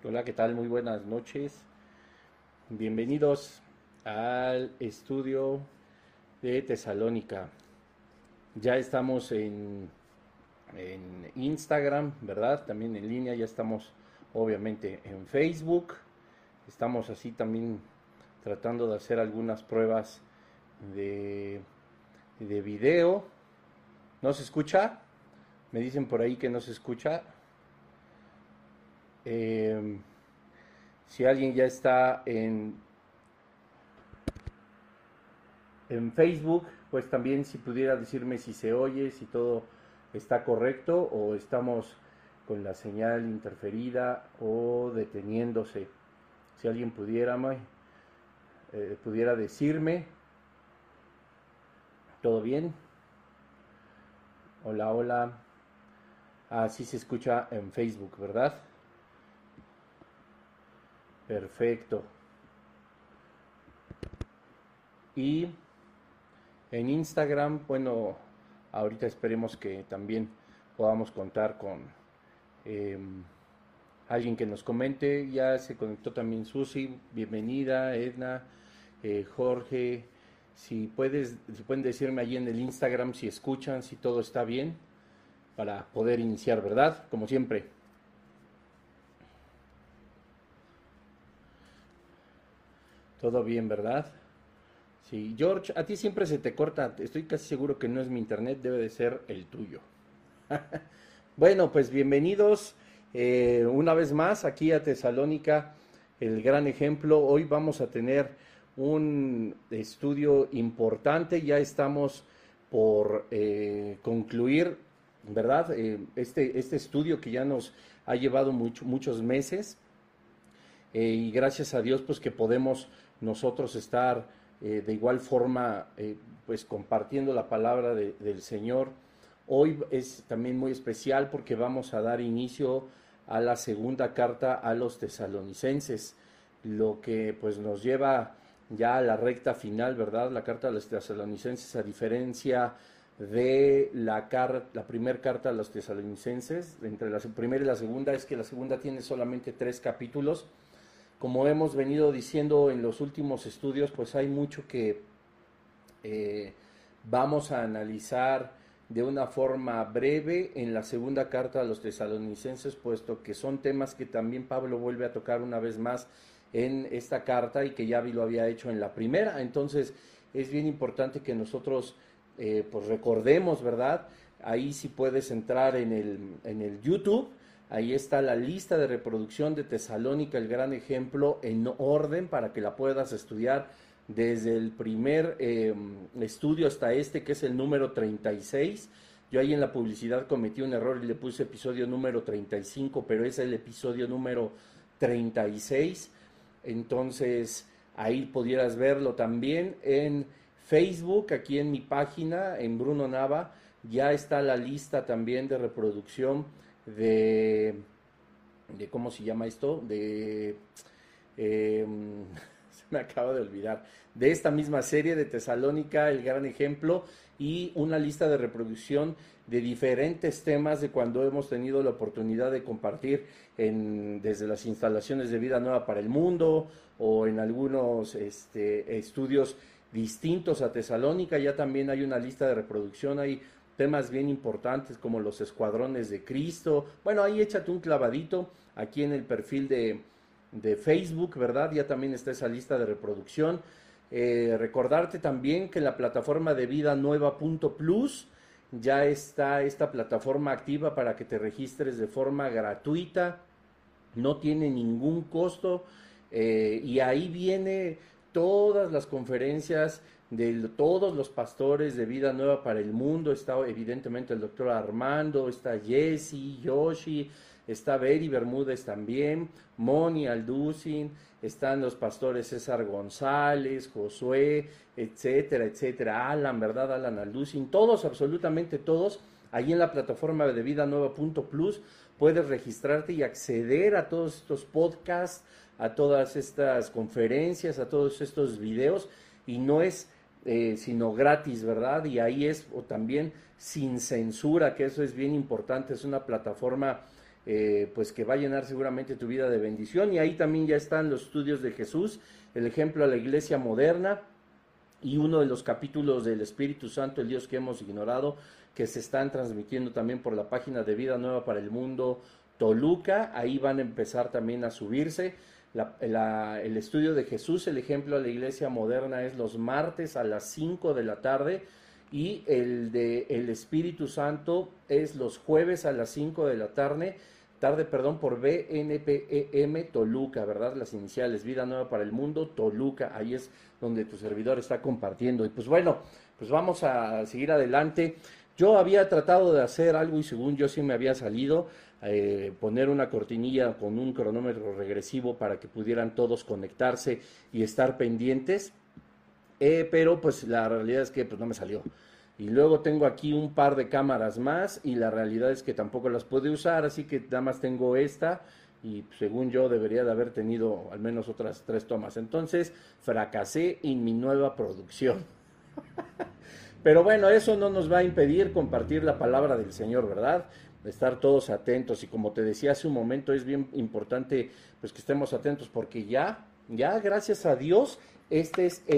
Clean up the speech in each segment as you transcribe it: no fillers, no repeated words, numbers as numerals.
Hola, ¿qué tal? Muy buenas noches. Bienvenidos al estudio de Tesalónica. Ya estamos en Instagram, ¿verdad? También en línea, ya estamos obviamente en Facebook. Estamos así también tratando de hacer algunas pruebas de, de video. ¿No se escucha? Me dicen por ahí que no se escucha. Eh, si alguien ya está en Facebook, pues también si pudiera decirme si se oye, si todo está correcto o estamos con la señal interferida o deteniéndose. Si alguien pudiera decirme, ¿todo bien? Hola, hola. Así se escucha en Facebook, ¿verdad? Perfecto. Y en Instagram, bueno, ahorita esperemos que también podamos contar con eh, alguien que nos comente. Ya se conectó también Susi, bienvenida, Edna, Jorge. Si pueden decirme allí en el Instagram si escuchan, si todo está bien, para poder iniciar, ¿verdad? Como siempre. Todo bien, ¿verdad? Sí, George, a ti siempre se te corta. Estoy casi seguro que no es mi internet, debe de ser el tuyo. Bueno, pues bienvenidos una vez más aquí a Tesalónica, el gran ejemplo. Hoy vamos a tener un estudio importante, ya estamos por concluir, ¿verdad? Este estudio que ya nos ha llevado muchos meses y gracias a Dios pues que podemos nosotros estar de igual forma pues compartiendo la palabra del Señor. Hoy es también muy especial porque vamos a dar inicio a la segunda carta a los tesalonicenses, lo que pues nos lleva ya a la recta final, ¿verdad? La carta a los tesalonicenses, a diferencia de la primera carta a los tesalonicenses, entre la primera y la segunda, es que la segunda tiene solamente 3 capítulos. Como hemos venido diciendo en los últimos estudios, pues hay mucho que eh, vamos a analizar de una forma breve en la segunda carta a los tesalonicenses, puesto que son temas que también Pablo vuelve a tocar una vez más en esta carta y que ya lo había hecho en la primera. Entonces es bien importante que nosotros pues recordemos, ¿verdad? Ahí si puedes entrar en el YouTube. Ahí está la lista de reproducción de Tesalónica, el gran ejemplo, en orden para que la puedas estudiar desde el primer estudio hasta este, que es el número 36. Yo ahí en la publicidad cometí un error y le puse episodio número 35, pero es el episodio número 36. Entonces, ahí pudieras verlo también en Facebook, aquí en mi página, en Bruno Nava, ya está la lista también de reproducción de ¿cómo se llama esto? Eh, se me acaba de olvidar, de esta misma serie de Tesalónica, el gran ejemplo, y una lista de reproducción de diferentes temas de cuando hemos tenido la oportunidad de compartir desde las instalaciones de Vida Nueva para el Mundo o en algunos estudios distintos a Tesalónica. Ya también hay una lista de reproducción, hay temas bien importantes como los escuadrones de Cristo. Bueno, ahí échate un clavadito aquí en el perfil de Facebook, ¿verdad? Ya también está esa lista de reproducción. Recordarte también que en la plataforma de vidanueva.plus ya está esta plataforma activa para que te registres de forma gratuita, no tiene ningún costo y ahí viene todas las conferencias de todos los pastores de Vida Nueva para el Mundo. Está evidentemente el doctor Armando, está Jesse, Yoshi, está Beri Bermúdez también, Moni Alducin, están los pastores César González, Josué, etcétera, etcétera, Alan, ¿verdad? Alan Alducin, todos, absolutamente todos, ahí en la plataforma de vidanueva.plus puedes registrarte y acceder a todos estos podcasts, a todas estas conferencias, a todos estos videos, y no es sino gratis, ¿verdad? Y ahí es, o también sin censura, que eso es bien importante, es una plataforma pues que va a llenar seguramente tu vida de bendición. Y ahí también ya están los estudios de Jesús, el ejemplo a la iglesia moderna, y uno de los capítulos del Espíritu Santo, el Dios que hemos ignorado, que se están transmitiendo también por la página de Vida Nueva para el Mundo Toluca. Ahí van a empezar también a subirse. El estudio de Jesús, el ejemplo a la iglesia moderna, es los martes a las 5 de la tarde, y el de el Espíritu Santo es los jueves a las 5 de la tarde, por BNPEM Toluca, ¿verdad? Las iniciales, Vida Nueva para el Mundo Toluca. Ahí es donde tu servidor está compartiendo. Y pues bueno, pues vamos a seguir adelante. Yo había tratado de hacer algo y según yo sí me había salido, poner una cortinilla con un cronómetro regresivo para que pudieran todos conectarse y estar pendientes, pero pues la realidad es que pues no me salió. Y luego tengo aquí un par de cámaras más y la realidad es que tampoco las pude usar, así que nada más tengo esta y según yo debería de haber tenido al menos otras 3 tomas. Entonces fracasé en mi nueva producción. Pero bueno, eso no nos va a impedir compartir la palabra del Señor, ¿verdad? Estar todos atentos, y como te decía hace un momento, es bien importante pues que estemos atentos porque ya gracias a Dios, este es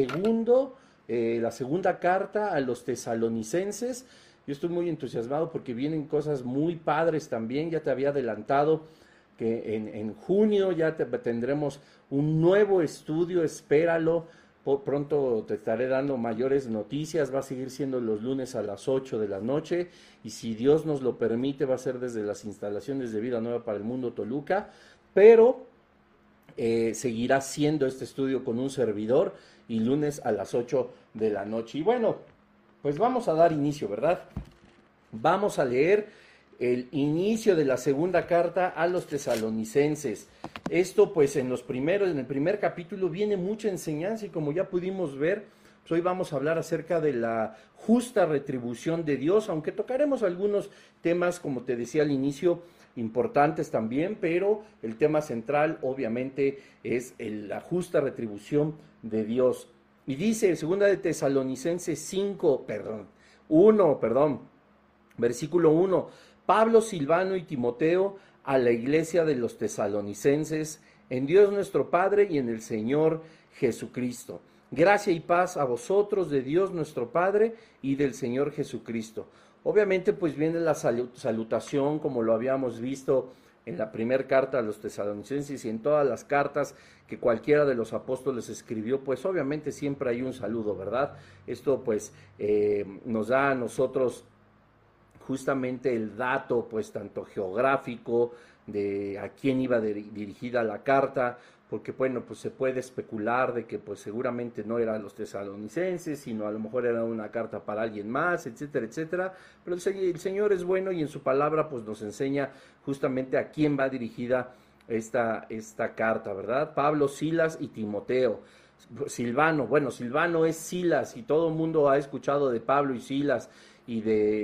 la segunda carta a los tesalonicenses. Yo estoy muy entusiasmado porque vienen cosas muy padres también. Ya te había adelantado que en junio ya tendremos un nuevo estudio, espéralo. Pronto te estaré dando mayores noticias. Va a seguir siendo los lunes a las 8 de la noche, y si Dios nos lo permite va a ser desde las instalaciones de Vida Nueva para el Mundo Toluca, pero seguirá siendo este estudio con un servidor, y lunes a las 8 de la noche. Y bueno, pues vamos a dar inicio, ¿verdad? Vamos a leer el inicio de la segunda carta a los tesalonicenses. Esto pues en el primer capítulo viene mucha enseñanza, y como ya pudimos ver, pues hoy vamos a hablar acerca de la justa retribución de Dios, aunque tocaremos algunos temas, como te decía al inicio, importantes también, pero el tema central obviamente es la justa retribución de Dios. Y dice en 2 de Tesalonicenses 1, versículo 1, Pablo, Silvano y Timoteo, a la iglesia de los tesalonicenses, en Dios nuestro Padre y en el Señor Jesucristo. Gracia y paz a vosotros de Dios nuestro Padre y del Señor Jesucristo. Obviamente pues viene la salutación, como lo habíamos visto en la primera carta a los tesalonicenses y en todas las cartas que cualquiera de los apóstoles escribió, pues obviamente siempre hay un saludo, ¿verdad? Esto pues nos da a nosotros justamente el dato pues tanto geográfico de a quién iba dirigida la carta, porque bueno, pues se puede especular de que pues seguramente no eran los tesalonicenses, sino a lo mejor era una carta para alguien más, etcétera, etcétera, pero el Señor es bueno y en su palabra pues nos enseña justamente a quién va dirigida esta carta, ¿verdad? Pablo, Silas y Timoteo. Silvano es Silas, y todo el mundo ha escuchado de Pablo y Silas y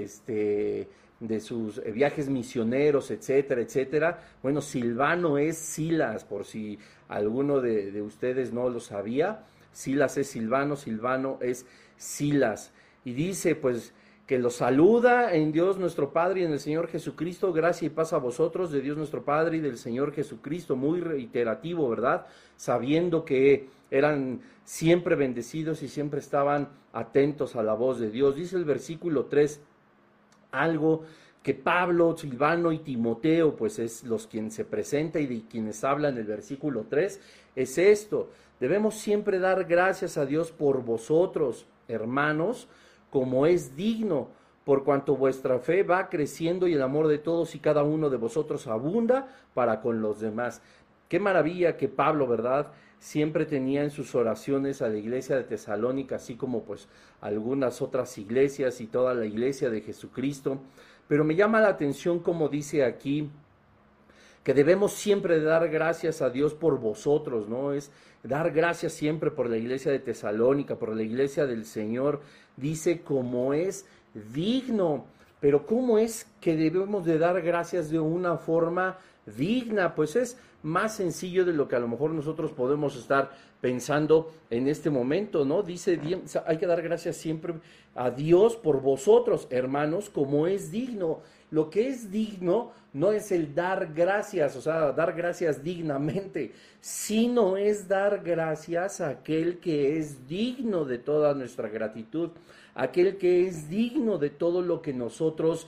de sus viajes misioneros, etcétera, etcétera. Bueno, Silvano es Silas, por si alguno de ustedes no lo sabía. Silas es Silvano, Silvano es Silas. Y dice, pues, que los saluda en Dios nuestro Padre y en el Señor Jesucristo. Gracia y paz a vosotros de Dios nuestro Padre y del Señor Jesucristo. Muy reiterativo, ¿verdad? Sabiendo que eran siempre bendecidos y siempre estaban atentos a la voz de Dios. Dice el versículo 3, algo que Pablo, Silvano y Timoteo, pues es los quienes se presenta y de quienes hablan en el versículo 3, es esto: debemos siempre dar gracias a Dios por vosotros, hermanos, como es digno, por cuanto vuestra fe va creciendo y el amor de todos y cada uno de vosotros abunda para con los demás. Qué maravilla que Pablo, ¿verdad?, siempre tenía en sus oraciones a la iglesia de Tesalónica, así como pues algunas otras iglesias y toda la iglesia de Jesucristo. Pero me llama la atención como dice aquí, que debemos siempre dar gracias a Dios por vosotros, ¿no? Es dar gracias siempre por la iglesia de Tesalónica, por la iglesia del Señor. Dice como es digno, pero ¿cómo es que debemos de dar gracias de una forma digna. Pues es más sencillo de lo que a lo mejor nosotros podemos estar pensando en este momento, ¿no? Dice, hay que dar gracias siempre a Dios por vosotros, hermanos, como es digno. Lo que es digno no es el dar gracias, o sea, dar gracias dignamente, sino es dar gracias a aquel que es digno de toda nuestra gratitud, aquel que es digno de todo lo que nosotros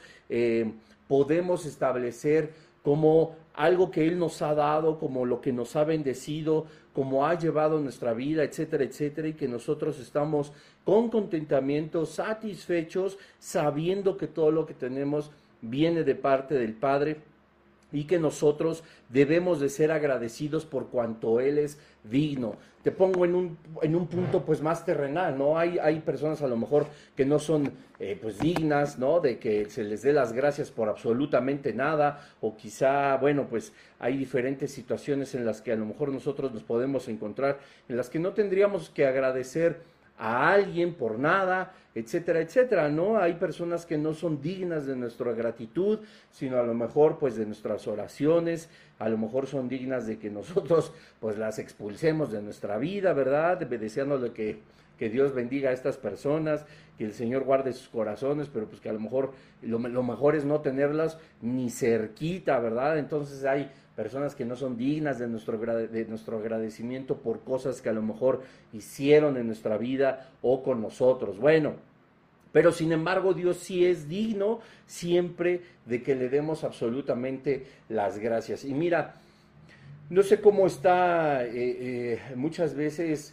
podemos establecer como algo que Él nos ha dado, como lo que nos ha bendecido, como ha llevado nuestra vida, etcétera, etcétera, y que nosotros estamos con contentamiento, satisfechos, sabiendo que todo lo que tenemos viene de parte del Padre y que nosotros debemos de ser agradecidos por cuanto Él es digno. Te pongo en un punto pues más terrenal, ¿no? Hay personas a lo mejor que no son pues dignas, ¿no? De que se les dé las gracias por absolutamente nada, o quizá, bueno, pues hay diferentes situaciones en las que a lo mejor nosotros nos podemos encontrar, en las que no tendríamos que agradecer a alguien por nada, etcétera, etcétera, ¿no? Hay personas que no son dignas de nuestra gratitud, sino a lo mejor pues de nuestras oraciones, a lo mejor son dignas de que nosotros pues las expulsemos de nuestra vida, ¿verdad? Deseándole que Dios bendiga a estas personas, que el Señor guarde sus corazones, pero pues que a lo mejor lo mejor es no tenerlas ni cerquita, ¿verdad? Entonces hay personas que no son dignas de nuestro agradecimiento por cosas que a lo mejor hicieron en nuestra vida o con nosotros. Bueno, pero sin embargo Dios sí es digno siempre de que le demos absolutamente las gracias. Y mira, no sé cómo está muchas veces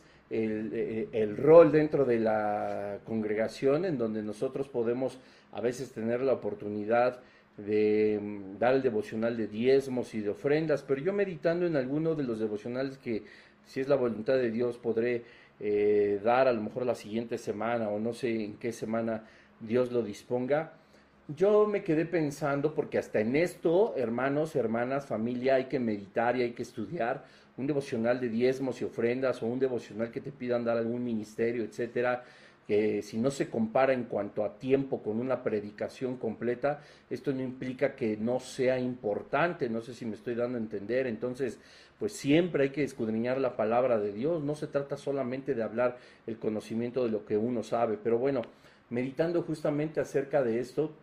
el rol dentro de la congregación, en donde nosotros podemos a veces tener la oportunidad de dar el devocional de diezmos y de ofrendas, pero yo meditando en alguno de los devocionales que, si es la voluntad de Dios, podré dar a lo mejor la siguiente semana, o no sé en qué semana Dios lo disponga, yo me quedé pensando, porque hasta en esto, hermanos, hermanas, familia, hay que meditar y hay que estudiar. Un devocional de diezmos y ofrendas, o un devocional que te pidan dar algún ministerio, etcétera, que si no se compara en cuanto a tiempo con una predicación completa, esto no implica que no sea importante. No sé si me estoy dando a entender. Entonces, pues siempre hay que escudriñar la palabra de Dios. No se trata solamente de hablar el conocimiento de lo que uno sabe, pero bueno, meditando justamente acerca de esto,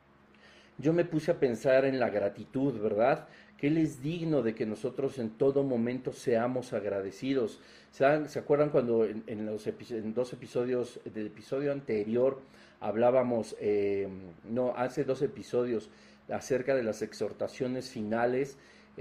yo me puse a pensar en la gratitud, ¿verdad? Que Él es digno de que nosotros en todo momento seamos agradecidos. ¿Se acuerdan cuando en dos episodios del episodio anterior hablábamos, hace dos episodios, acerca de las exhortaciones finales,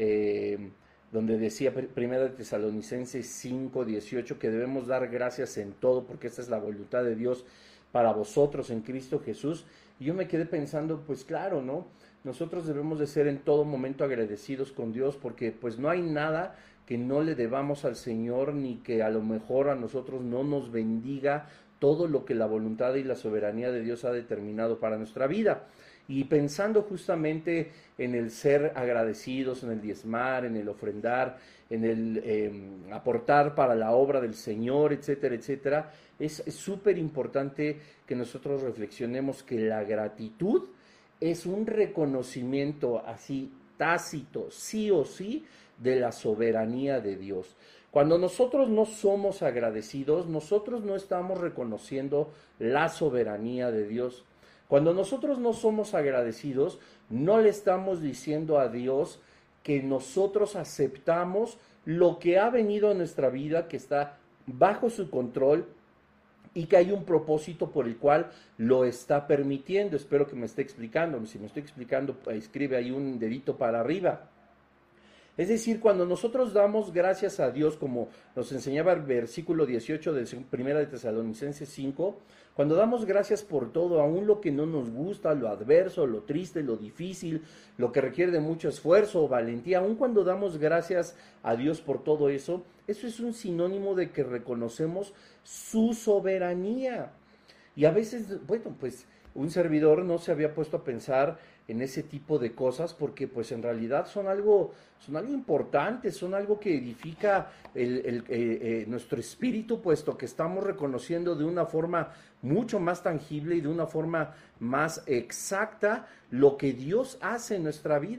donde decía Primera de Tesalonicenses 5:18 que debemos dar gracias en todo, porque esta es la voluntad de Dios para vosotros en Cristo Jesús? Y yo me quedé pensando, pues claro, ¿no? Nosotros debemos de ser en todo momento agradecidos con Dios, porque pues no hay nada que no le debamos al Señor, ni que a lo mejor a nosotros no nos bendiga todo lo que la voluntad y la soberanía de Dios ha determinado para nuestra vida. Y pensando justamente en el ser agradecidos, en el diezmar, en el ofrendar, en el aportar para la obra del Señor, etcétera, etcétera, es súper importante que nosotros reflexionemos que la gratitud es un reconocimiento así tácito, sí o sí, de la soberanía de Dios. Cuando nosotros no somos agradecidos, nosotros no estamos reconociendo la soberanía de Dios. Cuando nosotros no somos agradecidos, no le estamos diciendo a Dios que nosotros aceptamos lo que ha venido a nuestra vida, que está bajo su control y que hay un propósito por el cual lo está permitiendo. Espero que me esté explicando. Si me estoy explicando, escribe ahí un dedito para arriba. Es decir, cuando nosotros damos gracias a Dios, como nos enseñaba el versículo 18 de Primera de Tesalonicenses 5, cuando damos gracias por todo, aún lo que no nos gusta, lo adverso, lo triste, lo difícil, lo que requiere de mucho esfuerzo o valentía, aún cuando damos gracias a Dios por todo eso, eso es un sinónimo de que reconocemos su soberanía. Y a veces, bueno, pues un servidor no se había puesto a pensar en ese tipo de cosas, porque pues en realidad son algo importante, son algo que edifica nuestro espíritu, puesto que estamos reconociendo de una forma mucho más tangible y de una forma más exacta lo que Dios hace en nuestra vida.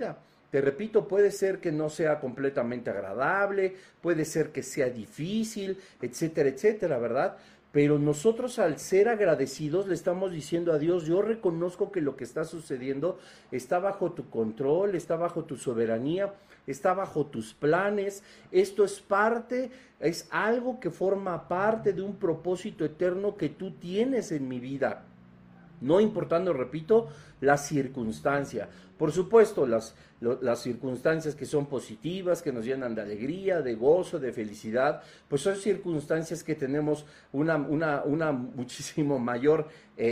Te repito, puede ser que no sea completamente agradable, puede ser que sea difícil, etcétera, etcétera, ¿verdad? Pero nosotros al ser agradecidos le estamos diciendo a Dios, yo reconozco que lo que está sucediendo está bajo tu control, está bajo tu soberanía, está bajo tus planes, esto es parte, es algo que forma parte de un propósito eterno que tú tienes en mi vida. No importando, repito, la circunstancia. Por supuesto, las circunstancias que son positivas, que nos llenan de alegría, de gozo, de felicidad, pues son circunstancias que tenemos una muchísimo mayor,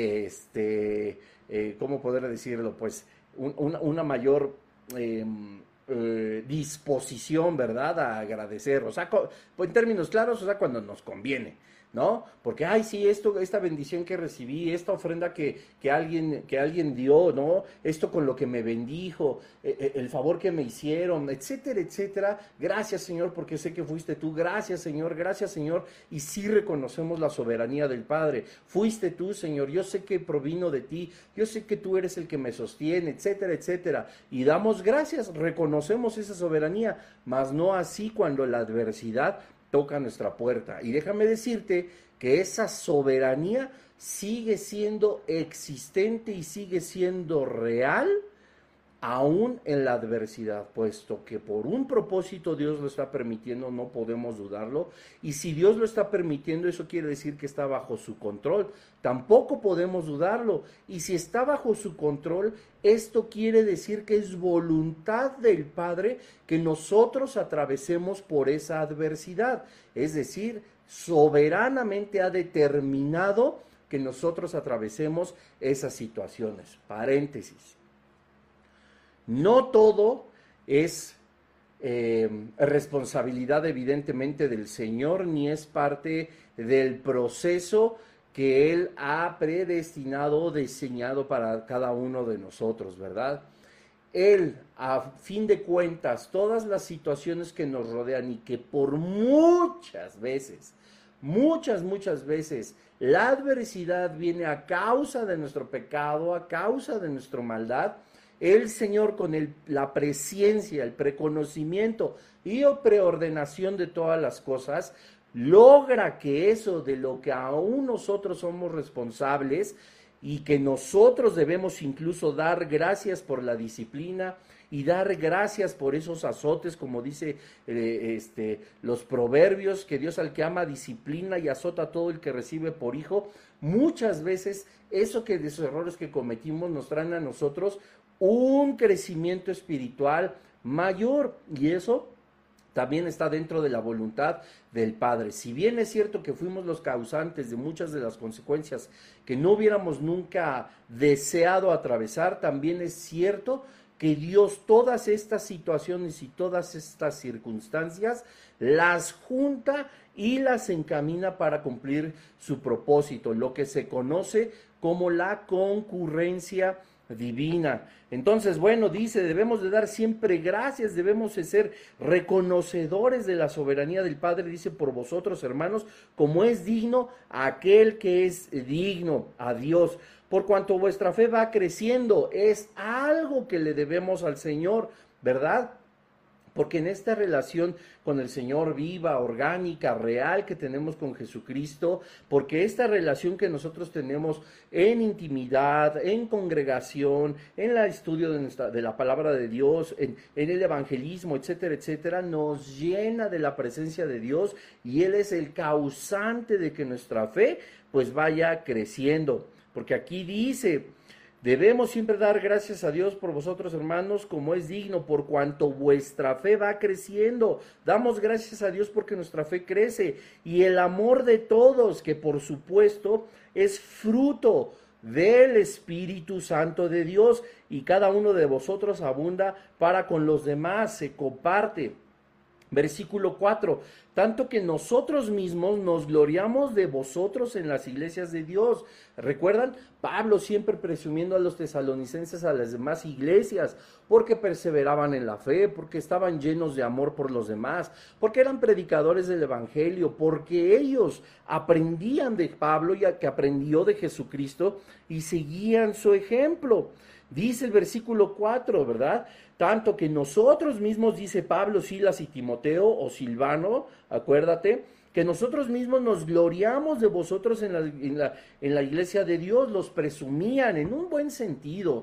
¿cómo poder decirlo? Pues una mayor disposición, ¿verdad? A agradecer. O sea, pues en términos claros, o sea, cuando nos conviene. ¿No? Porque, ay, sí, esta bendición que recibí, esta ofrenda que alguien dio, ¿no? Esto con lo que me bendijo, el favor que me hicieron, etcétera, etcétera. Gracias, Señor, porque sé que fuiste tú. Gracias, Señor, gracias, Señor. Y sí reconocemos la soberanía del Padre. Fuiste tú, Señor. Yo sé que provino de ti. Yo sé que tú eres el que me sostiene, etcétera, etcétera. Y damos gracias, reconocemos esa soberanía, mas no así cuando la adversidad toca nuestra puerta. Y déjame decirte que esa soberanía sigue siendo existente y sigue siendo real aún en la adversidad, puesto que por un propósito Dios lo está permitiendo, no podemos dudarlo, y si Dios lo está permitiendo, eso quiere decir que está bajo su control, tampoco podemos dudarlo, y si está bajo su control, esto quiere decir que es voluntad del Padre que nosotros atravesemos por esa adversidad, es decir, soberanamente ha determinado que nosotros atravesemos esas situaciones. Paréntesis. No todo es responsabilidad evidentemente del Señor, ni es parte del proceso que Él ha predestinado o diseñado para cada uno de nosotros, ¿verdad? Él, a fin de cuentas, todas las situaciones que nos rodean y que por muchas veces, muchas veces, la adversidad viene a causa de nuestro pecado, a causa de nuestra maldad, el Señor con la presciencia, el preconocimiento y preordenación de todas las cosas, logra que eso de lo que aún nosotros somos responsables y que nosotros debemos incluso dar gracias por la disciplina y dar gracias por esos azotes, como dice los proverbios, que Dios al que ama disciplina y azota a todo el que recibe por hijo. Muchas veces eso que de esos errores que cometimos nos traen a nosotros un crecimiento espiritual mayor, y eso también está dentro de la voluntad del Padre. Si bien es cierto que fuimos los causantes de muchas de las consecuencias que no hubiéramos nunca deseado atravesar, también es cierto que Dios todas estas situaciones y todas estas circunstancias las junta y las encamina para cumplir su propósito, lo que se conoce como la concurrencia divina. Entonces, bueno, dice, debemos de dar siempre gracias, debemos de ser reconocedores de la soberanía del Padre, dice, por vosotros, hermanos, como es digno aquel que es digno, a Dios, por cuanto vuestra fe va creciendo, es algo que le debemos al Señor, ¿verdad? Porque en esta relación con el Señor viva, orgánica, real que tenemos con Jesucristo, porque esta relación que nosotros tenemos en intimidad, en congregación, en el estudio de la palabra de Dios, en el evangelismo, etcétera, etcétera, nos llena de la presencia de Dios y Él es el causante de que nuestra fe pues vaya creciendo. Porque aquí dice: debemos siempre dar gracias a Dios por vosotros, hermanos, como es digno, por cuanto vuestra fe va creciendo. Damos gracias a Dios porque nuestra fe crece. Y el amor de todos, que por supuesto es fruto del Espíritu Santo de Dios. Y cada uno de vosotros abunda para con los demás, se comparte. Versículo 4, tanto que nosotros mismos nos gloriamos de vosotros en las iglesias de Dios. ¿Recuerdan? Pablo siempre presumiendo a los tesalonicenses, a las demás iglesias, porque perseveraban en la fe, porque estaban llenos de amor por los demás, porque eran predicadores del evangelio, porque ellos aprendían de Pablo, ya que aprendió de Jesucristo, y seguían su ejemplo. Dice el versículo 4, ¿verdad? Tanto que nosotros mismos, dice Pablo, Silas y Timoteo, o Silvano, acuérdate, que nosotros mismos nos gloriamos de vosotros en la iglesia de Dios, los presumían en un buen sentido,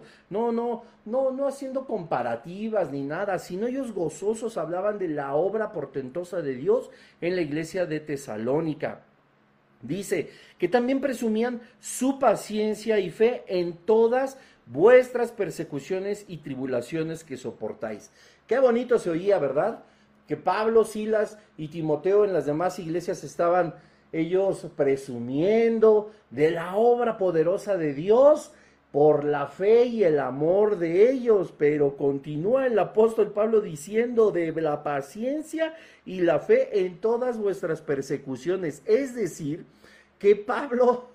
no haciendo comparativas ni nada, sino ellos gozosos hablaban de la obra portentosa de Dios en la iglesia de Tesalónica. Dice que también presumían su paciencia y fe en todas vuestras persecuciones y tribulaciones que soportáis. Qué bonito se oía, ¿verdad? Que Pablo, Silas y Timoteo en las demás iglesias estaban ellos presumiendo de la obra poderosa de Dios por la fe y el amor de ellos, pero continúa el apóstol Pablo diciendo de la paciencia y la fe en todas vuestras persecuciones, es decir, que Pablo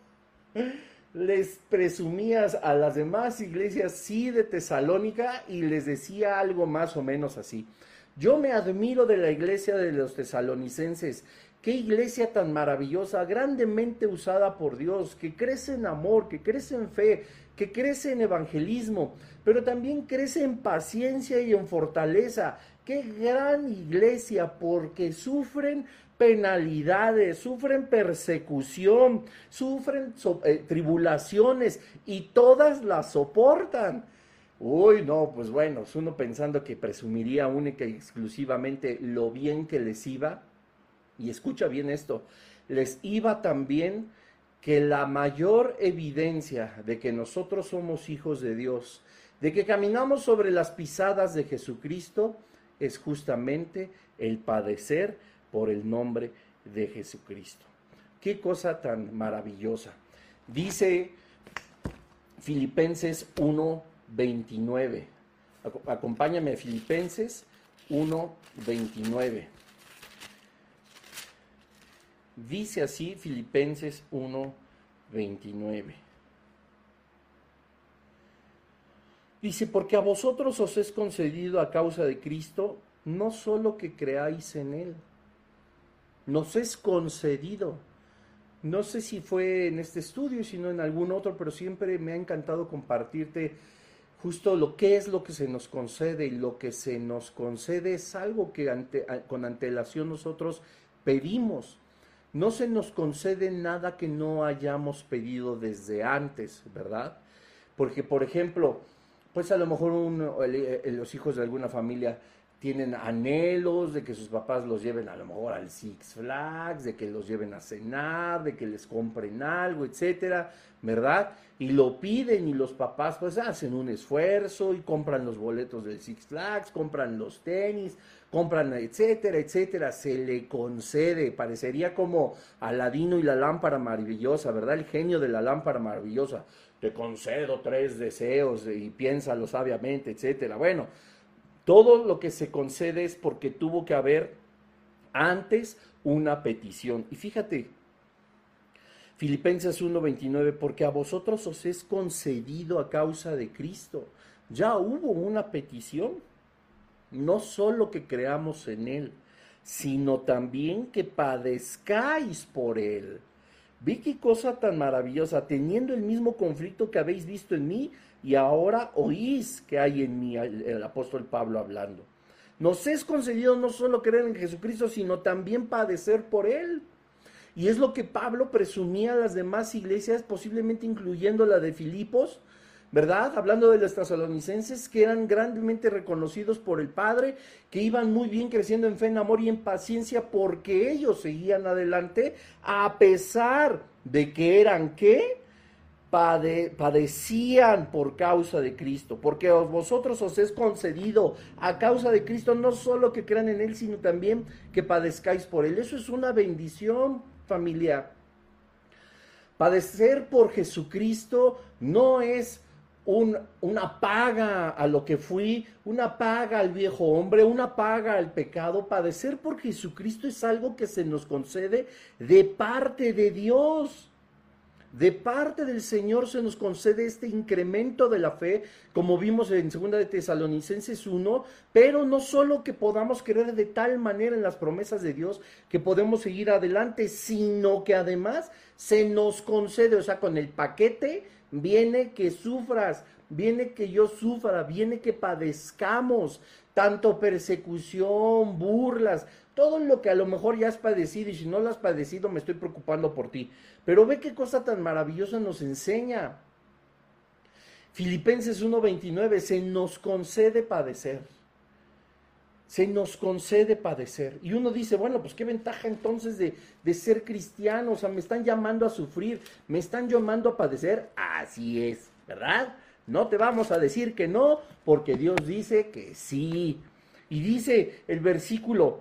les presumía a las demás iglesias, sí, de Tesalónica, y les decía algo más o menos así: yo me admiro de la iglesia de los tesalonicenses. Qué iglesia tan maravillosa, grandemente usada por Dios, que crece en amor, que crece en fe, que crece en evangelismo, pero también crece en paciencia y en fortaleza. Qué gran iglesia, porque sufren penalidades, sufren persecución, sufren tribulaciones, y todas las soportan. Uy, no, pues bueno, uno pensando que presumiría única y exclusivamente lo bien que les iba, y escucha bien esto, les iba tan bien que la mayor evidencia de que nosotros somos hijos de Dios, de que caminamos sobre las pisadas de Jesucristo, es justamente el padecer por el nombre de Jesucristo. Qué cosa tan maravillosa. Dice Filipenses 1:29. Acompáñame a Filipenses 1:29. Dice así Filipenses 1:29. Dice, porque a vosotros os es concedido a causa de Cristo, no solo que creáis en Él, nos es concedido. No sé si fue en este estudio, sino en algún otro, pero siempre me ha encantado compartirte justo lo que es lo que se nos concede, y lo que se nos concede es algo que con antelación nosotros pedimos. No se nos concede nada que no hayamos pedido desde antes, ¿verdad? Porque, por ejemplo, pues a lo mejor los hijos de alguna familia tienen anhelos de que sus papás los lleven a lo mejor al Six Flags, de que los lleven a cenar, de que les compren algo, etcétera, ¿verdad? Y lo piden, y los papás pues hacen un esfuerzo y compran los boletos del Six Flags, compran los tenis, compran etcétera, etcétera, se le concede. Parecería como Aladino y la lámpara maravillosa, ¿verdad? El genio de la lámpara maravillosa. Te concedo 3 deseos y piénsalo sabiamente, etcétera. Bueno, todo lo que se concede es porque tuvo que haber antes una petición. Y fíjate, Filipenses 1:29, porque a vosotros os es concedido a causa de Cristo. Ya hubo una petición, no solo que creamos en Él, sino también que padezcáis por Él. Vi qué cosa tan maravillosa, teniendo el mismo conflicto que habéis visto en mí, y ahora oís que hay en mí, el apóstol Pablo hablando. Nos es concedido no solo creer en Jesucristo, sino también padecer por Él. Y es lo que Pablo presumía a las demás iglesias, posiblemente incluyendo la de Filipos, ¿verdad? Hablando de los tesalonicenses, que eran grandemente reconocidos por el Padre, que iban muy bien creciendo en fe, en amor y en paciencia, porque ellos seguían adelante, a pesar de que eran, ¿qué? Padecían por causa de Cristo, porque a vosotros os es concedido a causa de Cristo, no solo que crean en Él, sino también que padezcáis por Él. Eso es una bendición, familia. Padecer por Jesucristo no es una paga a lo que fui, una paga al viejo hombre, una paga al pecado. Padecer por Jesucristo es algo que se nos concede de parte de Dios. De parte del Señor se nos concede este incremento de la fe, como vimos en 2 de Tesalonicenses 1, pero no solo que podamos creer de tal manera en las promesas de Dios que podemos seguir adelante, sino que además se nos concede, o sea, con el paquete viene que sufras, viene que yo sufra, viene que padezcamos, tanto persecución, burlas, todo lo que a lo mejor ya has padecido, y si no lo has padecido me estoy preocupando por ti. Pero ve qué cosa tan maravillosa nos enseña. Filipenses 1:29, se nos concede padecer. Se nos concede padecer. Y uno dice, bueno, pues qué ventaja entonces de ser cristiano, o sea, me están llamando a sufrir, me están llamando a padecer. Así es, ¿verdad? No te vamos a decir que no, porque Dios dice que sí. Y dice el versículo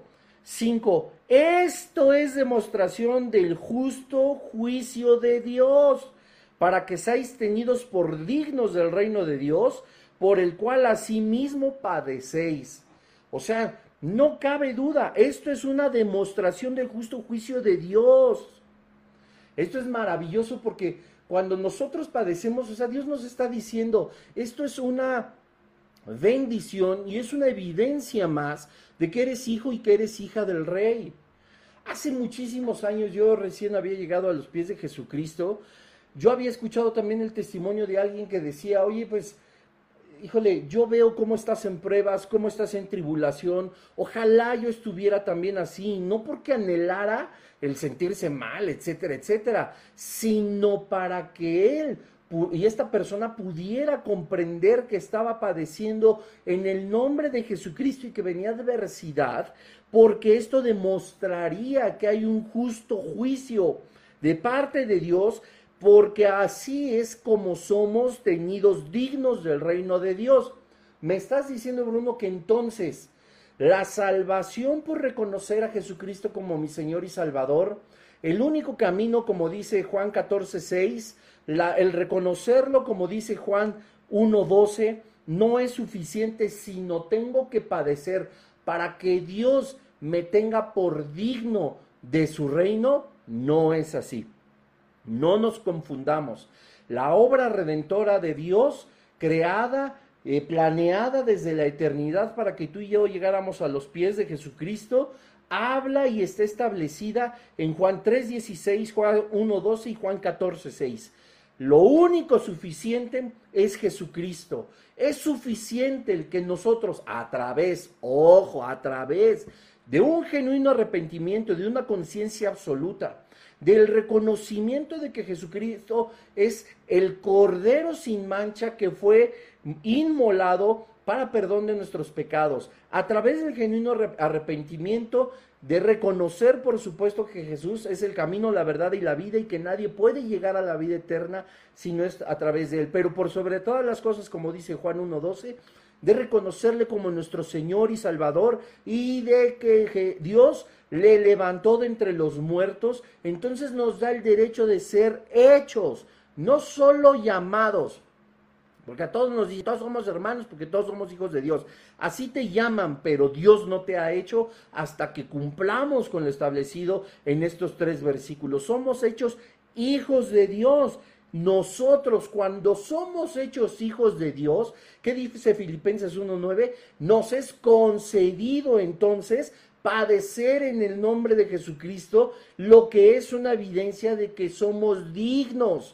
5, esto es demostración del justo juicio de Dios, para que seáis tenidos por dignos del reino de Dios, por el cual asimismo padecéis. O sea, no cabe duda, esto es una demostración del justo juicio de Dios. Esto es maravilloso porque cuando nosotros padecemos, o sea, Dios nos está diciendo, esto es una bendición y es una evidencia más de que eres hijo y que eres hija del Rey. Hace muchísimos años, yo recién había llegado a los pies de Jesucristo, yo había escuchado también el testimonio de alguien que decía, oye, pues, híjole, yo veo cómo estás en pruebas, cómo estás en tribulación, ojalá yo estuviera también así, no porque anhelara el sentirse mal, etcétera, etcétera, sino para que él y esta persona pudiera comprender que estaba padeciendo en el nombre de Jesucristo y que venía adversidad, porque esto demostraría que hay un justo juicio de parte de Dios, porque así es como somos tenidos dignos del reino de Dios. Me estás diciendo, Bruno, que entonces la salvación por reconocer a Jesucristo como mi Señor y Salvador, el único camino, como dice Juan 14:6, el reconocerlo, como dice Juan 1:12, no es suficiente, sino tengo que padecer para que Dios me tenga por digno de su reino. No es así. No nos confundamos. La obra redentora de Dios, creada, planeada desde la eternidad para que tú y yo llegáramos a los pies de Jesucristo, habla y está establecida en Juan 3:16, Juan 1:12 y Juan 14:6. Lo único suficiente es Jesucristo. Es suficiente el que nosotros a través de un genuino arrepentimiento, de una conciencia absoluta, del reconocimiento de que Jesucristo es el Cordero sin mancha que fue inmolado para perdón de nuestros pecados, a través del genuino arrepentimiento, de reconocer, por supuesto, que Jesús es el camino, la verdad y la vida, y que nadie puede llegar a la vida eterna si no es a través de él. Pero por sobre todas las cosas, como dice Juan 1:12, de reconocerle como nuestro Señor y Salvador, y de que Dios le levantó de entre los muertos, entonces nos da el derecho de ser hechos, no solo llamados, porque a todos nos dicen, todos somos hermanos porque todos somos hijos de Dios. Así te llaman, pero Dios no te ha hecho hasta que cumplamos con lo establecido en estos 3 versículos. Somos hechos hijos de Dios. Nosotros, cuando somos hechos hijos de Dios, ¿qué dice Filipenses 1:9? Nos es concedido entonces padecer en el nombre de Jesucristo, lo que es una evidencia de que somos dignos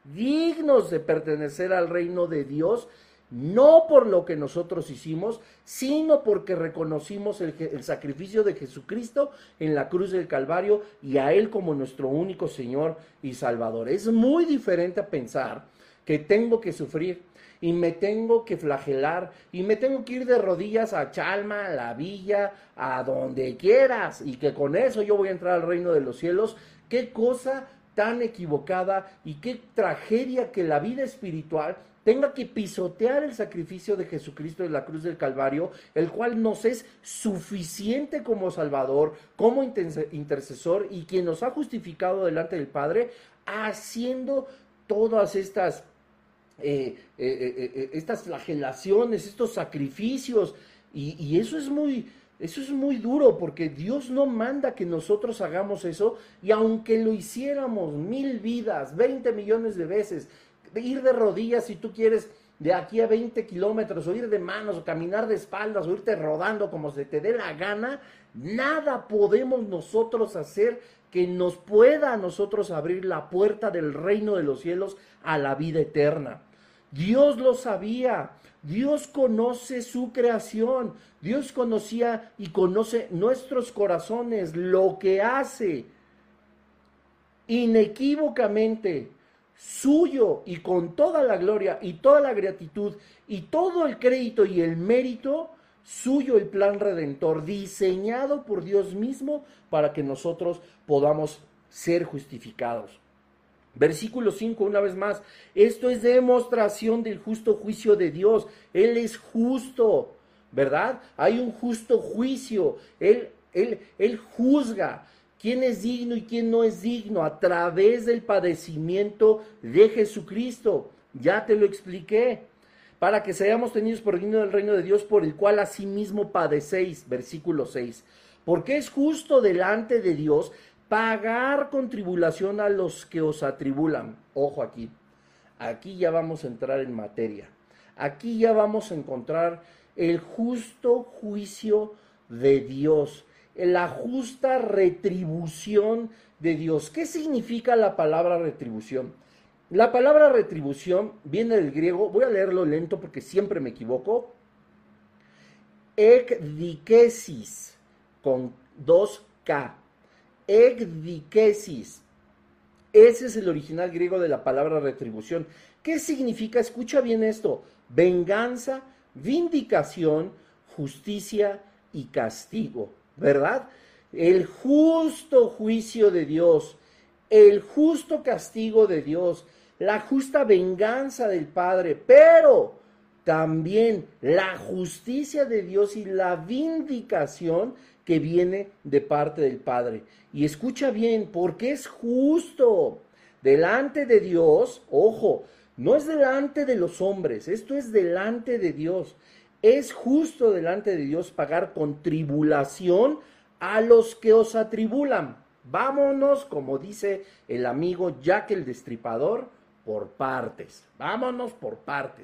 de pertenecer al reino de Dios, no por lo que nosotros hicimos, sino porque reconocimos el sacrificio de Jesucristo en la cruz del Calvario y a Él como nuestro único Señor y Salvador. Es muy diferente a pensar que tengo que sufrir y me tengo que flagelar y me tengo que ir de rodillas a Chalma, a la villa, a donde quieras, y que con eso yo voy a entrar al reino de los cielos. ¡Qué cosa tan equivocada y qué tragedia que la vida espiritual tenga que pisotear el sacrificio de Jesucristo en la cruz del Calvario, el cual nos es suficiente como Salvador, como intercesor y quien nos ha justificado delante del Padre, haciendo todas estas flagelaciones, estos sacrificios, y eso es muy, Eso es muy duro porque Dios no manda que nosotros hagamos eso, y aunque lo hiciéramos 1000 vidas, 20 millones de veces, de ir de rodillas si tú quieres de aquí a 20 kilómetros, o ir de manos, o caminar de espaldas, o irte rodando como se te dé la gana, nada podemos nosotros hacer que nos pueda a nosotros abrir la puerta del reino de los cielos a la vida eterna. Dios lo sabía, Dios conoce su creación, Dios conocía y conoce nuestros corazones, lo que hace inequívocamente suyo y con toda la gloria y toda la gratitud y todo el crédito y el mérito suyo, el plan redentor diseñado por Dios mismo para que nosotros podamos ser justificados. Versículo 5, una vez más, esto es demostración del justo juicio de Dios. Él es justo, ¿verdad? Hay un justo juicio. Él juzga quién es digno y quién no es digno a través del padecimiento de Jesucristo. Ya te lo expliqué. Para que seamos tenidos por digno del reino de Dios, por el cual asimismo padecéis. Versículo 6. Porque es justo delante de Dios pagar con tribulación a los que os atribulan. Ojo aquí. Aquí ya vamos a entrar en materia. Aquí ya vamos a encontrar el justo juicio de Dios, la justa retribución de Dios. ¿Qué significa la palabra retribución? La palabra retribución viene del griego, voy a leerlo lento porque siempre me equivoco, ekdikesis, con 2K, ekdikesis. Ese es el original griego de la palabra retribución. ¿Qué significa? Escucha bien esto: venganza, vindicación, justicia y castigo, ¿verdad? El justo juicio de Dios, el justo castigo de Dios, la justa venganza del Padre, pero también la justicia de Dios y la vindicación que viene de parte del Padre. Y escucha bien, porque es justo delante de Dios. Ojo, no es delante de los hombres, esto es delante de Dios. Es justo delante de Dios pagar con tribulación a los que os atribulan. Vámonos, como dice el amigo Jack el Destripador, por partes. Vámonos por partes.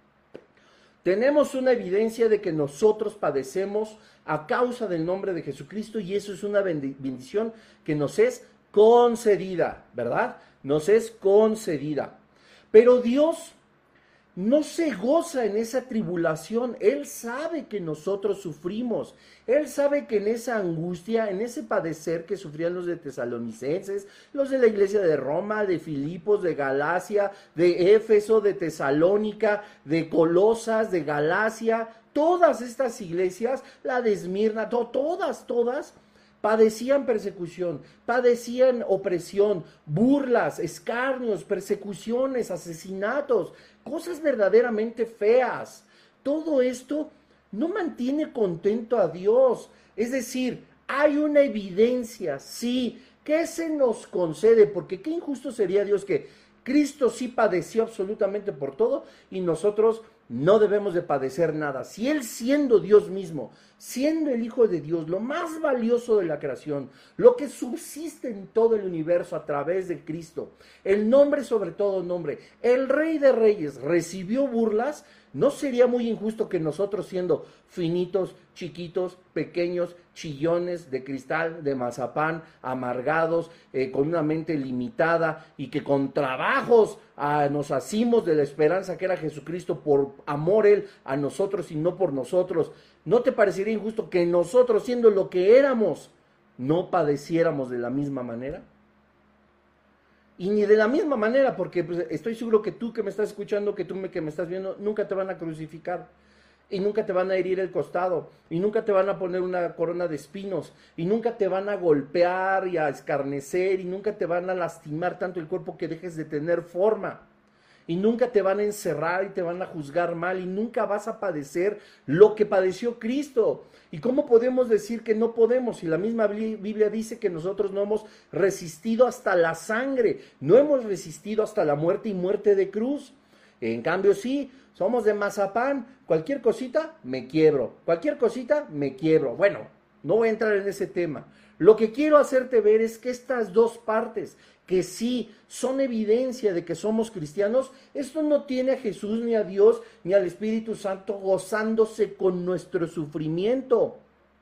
Tenemos una evidencia de que nosotros padecemos a causa del nombre de Jesucristo, y eso es una bendición que nos es concedida, ¿verdad? Nos es concedida. Pero Dios no se goza en esa tribulación. Él sabe que nosotros sufrimos. Él sabe que en esa angustia, en ese padecer que sufrían los de Tesalonicenses, los de la iglesia de Roma, de Filipos, de Galacia, de Éfeso, de Tesalónica, de Colosas, de Galacia, todas estas iglesias, la de Esmirna, todas, padecían persecución, padecían opresión, burlas, escarnios, persecuciones, asesinatos, cosas verdaderamente feas. Todo esto no mantiene contento a Dios. Es decir, hay una evidencia, sí, que se nos concede, porque qué injusto sería Dios que Cristo sí padeció absolutamente por todo y nosotros no debemos de padecer nada. Si Él, siendo Dios mismo, siendo el Hijo de Dios, lo más valioso de la creación, lo que subsiste en todo el universo a través de Cristo, el nombre sobre todo nombre, el Rey de Reyes, recibió burlas, ¿no sería muy injusto que nosotros, siendo finitos, chiquitos, pequeños, chillones de cristal, de mazapán, amargados, con una mente limitada y que con trabajos nos asimos de la esperanza que era Jesucristo, por amor Él a nosotros y no por nosotros, ¿no te parecería injusto que nosotros, siendo lo que éramos, no padeciéramos de la misma manera? Y ni de la misma manera, porque pues, estoy seguro que tú que me estás escuchando, que tú que me estás viendo, nunca te van a crucificar, y nunca te van a herir el costado, y nunca te van a poner una corona de espinos, y nunca te van a golpear y a escarnecer, y nunca te van a lastimar tanto el cuerpo que dejes de tener forma, y nunca te van a encerrar y te van a juzgar mal, y nunca vas a padecer lo que padeció Cristo. ¿Y cómo podemos decir que no podemos? Si la misma Biblia dice que nosotros no hemos resistido hasta la sangre, no hemos resistido hasta la muerte y muerte de cruz. En cambio, sí, somos de mazapán, cualquier cosita me quiebro, cualquier cosita me quiebro. Bueno, no voy a entrar en ese tema. Lo que quiero hacerte ver es que estas dos partes, que sí son evidencia de que somos cristianos, esto no tiene a Jesús, ni a Dios, ni al Espíritu Santo gozándose con nuestro sufrimiento.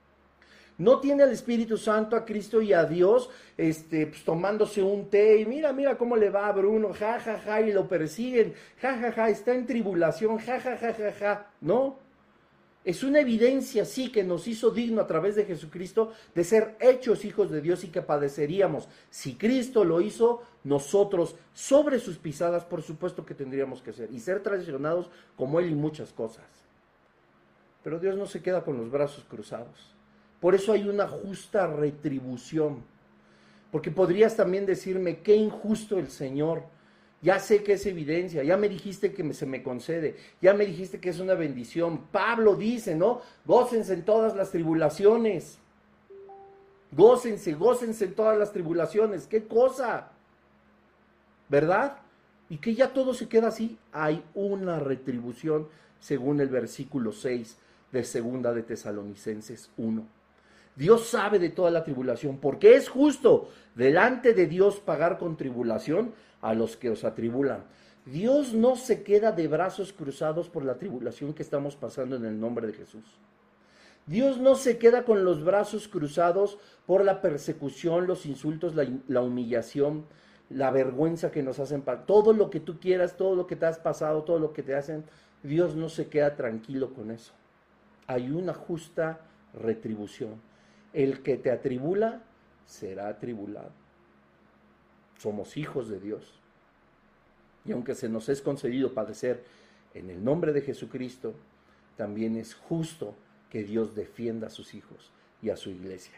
No tiene al Espíritu Santo, a Cristo y a Dios, pues, tomándose un té y mira cómo le va a Bruno, ja, ja, ja, y lo persiguen, ja, ja, ja, está en tribulación, ja, ja, ja, ja, ja. No, es una evidencia, sí, que nos hizo digno a través de Jesucristo de ser hechos hijos de Dios y que padeceríamos. Si Cristo lo hizo, nosotros sobre sus pisadas, por supuesto que tendríamos que ser, y ser traicionados como Él y muchas cosas. Pero Dios no se queda con los brazos cruzados. Por eso hay una justa retribución. Porque podrías también decirme, qué injusto el Señor. Ya sé que es evidencia, ya me dijiste que se me concede, ya me dijiste que es una bendición. Pablo dice, ¿no? Gócense en todas las tribulaciones. Gócense en todas las tribulaciones. ¿Qué cosa? ¿Verdad? Y que ya todo se queda así. Hay una retribución, según el versículo 6 de 2 de Tesalonicenses 1. Dios sabe de toda la tribulación, porque es justo delante de Dios pagar con tribulación a los que os atribulan. Dios no se queda de brazos cruzados por la tribulación que estamos pasando en el nombre de Jesús. Dios no se queda con los brazos cruzados por la persecución, los insultos, la humillación, la vergüenza que nos hacen, todo lo que tú quieras, todo lo que te has pasado, todo lo que te hacen. Dios no se queda tranquilo con eso. Hay una justa retribución. El que te atribula será atribulado. Somos hijos de Dios. Y aunque se nos es concedido padecer en el nombre de Jesucristo, también es justo que Dios defienda a sus hijos y a su iglesia.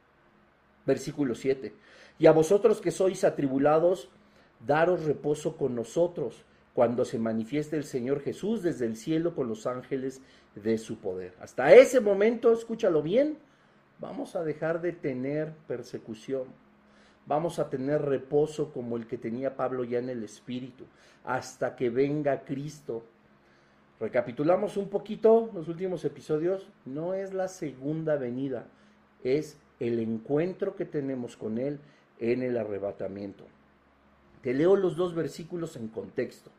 Versículo 7. Y a vosotros que sois atribulados, daros reposo con nosotros, cuando se manifieste el Señor Jesús desde el cielo con los ángeles de su poder. Hasta ese momento, escúchalo bien, vamos a dejar de tener persecución. Vamos a tener reposo como el que tenía Pablo ya en el Espíritu, hasta que venga Cristo. Recapitulamos un poquito los últimos episodios. No es la segunda venida, es el encuentro que tenemos con Él en el arrebatamiento. Te leo los dos versículos en contexto.